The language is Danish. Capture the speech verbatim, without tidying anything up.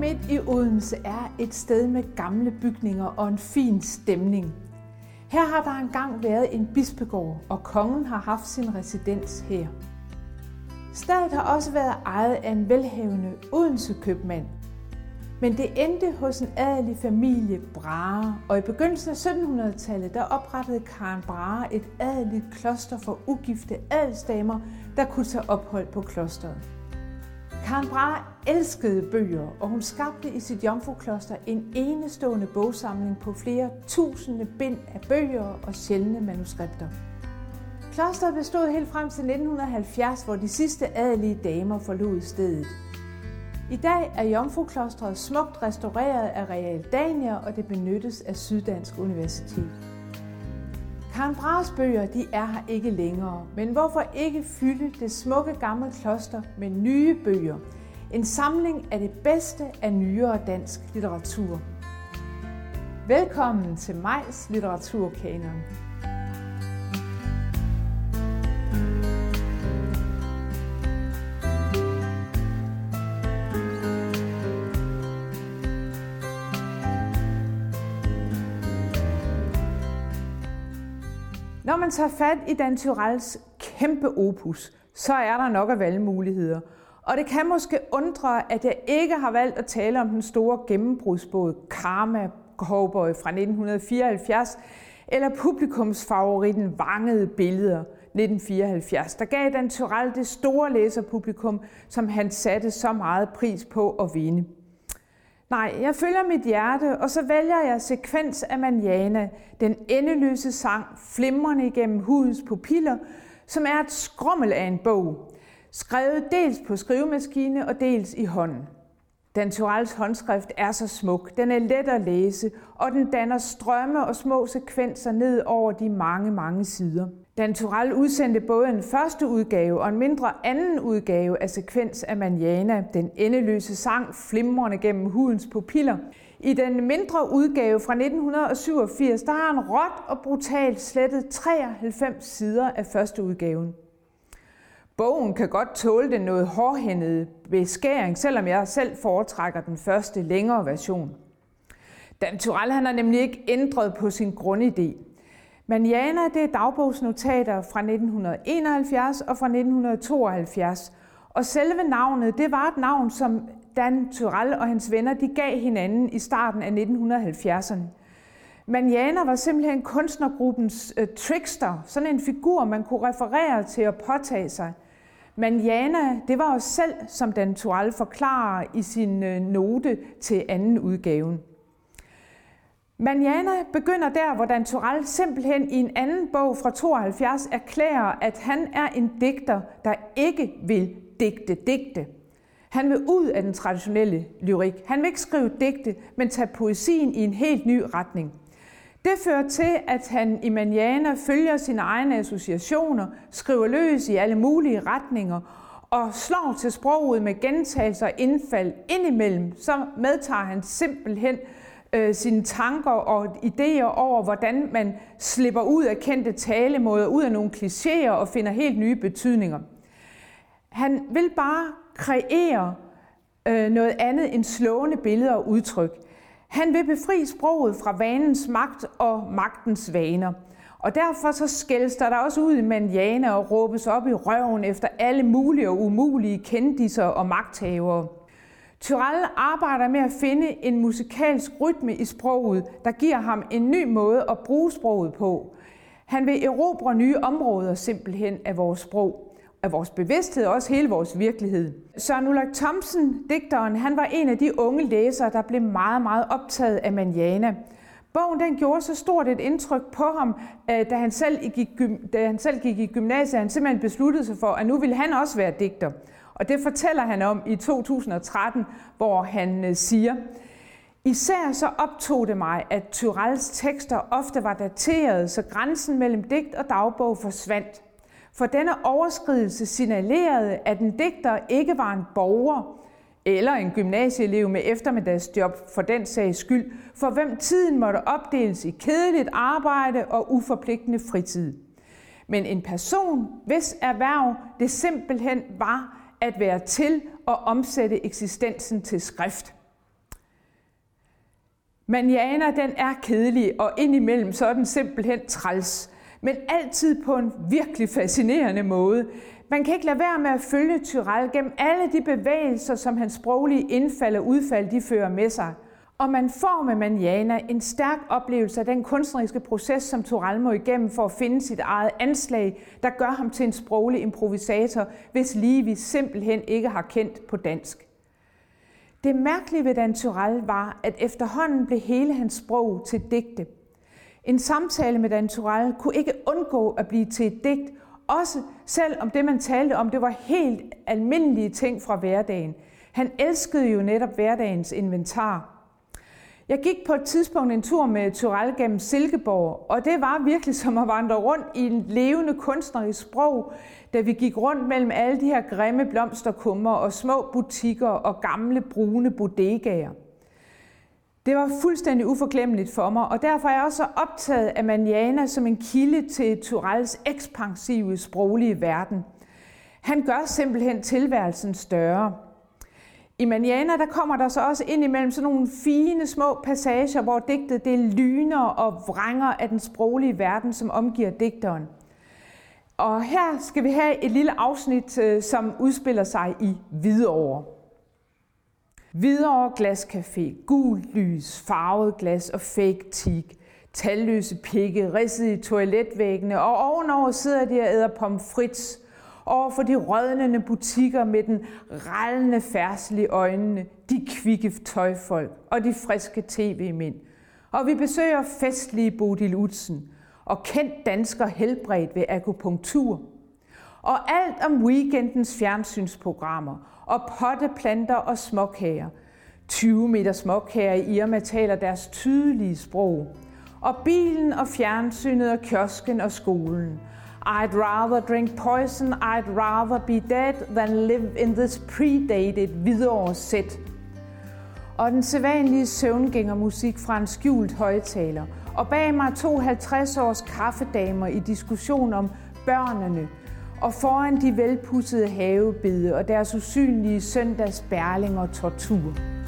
midt i Odense er et sted med gamle bygninger og en fin stemning. Her har der engang været en bispegård, og kongen har haft sin residens her. Stedet har også været ejet af en velhavende Odense-købmand. Men det endte hos en adelig familie Brahe, og i begyndelsen af syttenhundredetallet der oprettede Karen Brahe et adeligt kloster for ugifte adelsdamer, der kunne tage ophold på klosteret. Karen Brahe elskede bøger, og hun skabte i sit jomfrukloster en enestående bogsamling på flere tusinde bind af bøger og sjældne manuskripter. Klosteret bestod helt frem til nitten halvfjerds, hvor de sidste adelige damer forlod stedet. I dag er Jomfruklosteret smukt restaureret af Realdania, og det benyttes af Syddansk Universitet. Karen Brahes bøger de er her ikke længere, men hvorfor ikke fylde det smukke gamle kloster med nye bøger? En samling af det bedste af nyere dansk litteratur. Velkommen til Majs Litteraturkanon. Når man tager fat i Dan Turèlls kæmpe opus, så er der nok af valgmuligheder. Og det kan måske undre, at jeg ikke har valgt at tale om den store gennembrudsbog Karma Cowboy fra nitten fireoghalvfjerds, eller publikumsfavoritten Vangede Billeder nitten fireoghalvfjerds, der gav Dan Turèll det store læserpublikum, som han satte så meget pris på at vinde. Nej, jeg følger mit hjerte, og så vælger jeg Sekvens af Manana, den endeløse sang flimrende igennem hudens pupiller, som er et skrummel af en bog, skrevet dels på skrivemaskine og dels i hånden. Dan Turèlls håndskrift er så smuk, den er let at læse, og den danner strømme og små sekvenser ned over de mange, mange sider. Dan Turèll udsendte både en første udgave og en mindre anden udgave af Sekvens af Manana, den endeløse sang flimrende gennem hudens pupiller. I den mindre udgave fra nitten syvogfirs, der har han råt og brutalt slettet treoghalvfems sider af første udgaven. Bogen kan godt tåle den noget hårdhændede beskæring, selvom jeg selv foretrækker den første længere version. Dan Turèll han har nemlig ikke ændret på sin grundidé. Manana det er dagbogsnotater fra nitten enoghalvfjerds og fra nitten tooghalvfjerds, og selve navnet det var et navn, som Dan Turèll og hans venner de gav hinanden i starten af nitten halvfjerdserne. Manana var simpelthen kunstnergruppens øh, trickster, sådan en figur, man kunne referere til at påtage sig. Manana, det var os selv, som Dan Turèll forklarer i sin øh, note til anden udgaven. Manana begynder der, hvor Dan Turèll simpelthen i en anden bog fra tooghalvfjerds erklærer, at han er en digter, der ikke vil digte digte. Han vil ud af den traditionelle lyrik. Han vil ikke skrive digte, men tage poesien i en helt ny retning. Det fører til, at han i Manana følger sine egne associationer, skriver løs i alle mulige retninger og slår til sproget med gentagelser og indfald indimellem. Så medtager han simpelthen øh, sine tanker og idéer over, hvordan man slipper ud af kendte talemåder, ud af nogle klichéer og finder helt nye betydninger. Han vil bare kreere øh, noget andet end slående billeder og udtryk. Han vil befri sproget fra vanens magt og magtens vaner. Og derfor så skældes der også ud i Manana og råbes op i røven efter alle mulige og umulige kendisser og magthavere. Turèll arbejder med at finde en musikalsk rytme i sproget, der giver ham en ny måde at bruge sproget på. Han vil erobre nye områder simpelthen af vores sprog. Af vores bevidsthed og også hele vores virkelighed. Søren Ulrik Thomsen, digteren, han var en af de unge læsere, der blev meget, meget optaget af Manana. Bogen den gjorde så stort et indtryk på ham, da han selv gik, da han selv gik i gymnasiet. Han simpelthen besluttede sig for, at nu ville han også være digter. Og det fortæller han om i to tusind og tretten, hvor han siger: Især så optog det mig, at Turèlls tekster ofte var dateret, så grænsen mellem digt og dagbog forsvandt. For denne overskridelse signalerede, at en digter ikke var en borger eller en gymnasieelev med eftermiddagsjob for den sags skyld, for hvem tiden måtte opdeles i kedeligt arbejde og uforpligtende fritid. Men en person, hvis erhverv det simpelthen var at være til og omsætte eksistensen til skrift. Manjana, den er kedelig, og indimellem så er den simpelthen træls. Men altid på en virkelig fascinerende måde. Man kan ikke lade være med at følge Turèll gennem alle de bevægelser, som hans sproglige indfald og udfald de fører med sig. Og man får med Manjana en stærk oplevelse af den kunstneriske proces, som Turèll må igennem for at finde sit eget anslag, der gør ham til en sproglig improvisator, hvis lige vi simpelthen ikke har kendt på dansk. Det mærkelige ved Dan Turèll var, at efterhånden blev hele hans sprog til digte. En samtale med Dan Turèll kunne ikke undgå at blive til et digt, også selvom det, man talte om, det var helt almindelige ting fra hverdagen. Han elskede jo netop hverdagens inventar. Jeg gik på et tidspunkt en tur med Turèll gennem Silkeborg, og det var virkelig som at vandre rundt i en levende kunstnerisk sprog, da vi gik rundt mellem alle de her grimme blomsterkummer og små butikker og gamle brune bodegaer. Det var fuldstændig uforglemmeligt for mig, og derfor er jeg også optaget af Manjana som en kilde til Turèlls ekspansive sproglige verden. Han gør simpelthen tilværelsen større. I Manjana der kommer der så også ind imellem sådan nogle fine små passager, hvor digtet det lyner og vrænger af den sproglige verden, som omgiver digteren. Og her skal vi have et lille afsnit, som udspiller sig i Hvidovre. Hvidovre Glascafé, gult lys, farvet glas og fake teak, talløse pigge, ridset i toiletvæggene, og ovenover sidder de og æder pomfrits. Over for de rødnende butikker med den rallende færdsel i øjnene, de kvikke tøjfolk og de friske tv-mænd. Og vi besøger festlige Bodil Udsen og kendt dansker helbredt ved akupunktur. Og alt om weekendens fjernsynsprogrammer og potteplanter og småkager. tyve meter småkager i Irma taler deres tydelige sprog. Og bilen og fjernsynet og kiosken og skolen. I'd rather drink poison, I'd rather be dead than live in this predated Hvidovre set. Og den sædvanlige søvngængermusik fra en skjult højtaler. Og bag mig to halvtreds års kaffedamer i diskussion om børnene. Og foran de velpudsede havebede og deres usynlige søndagsbærling og tortur.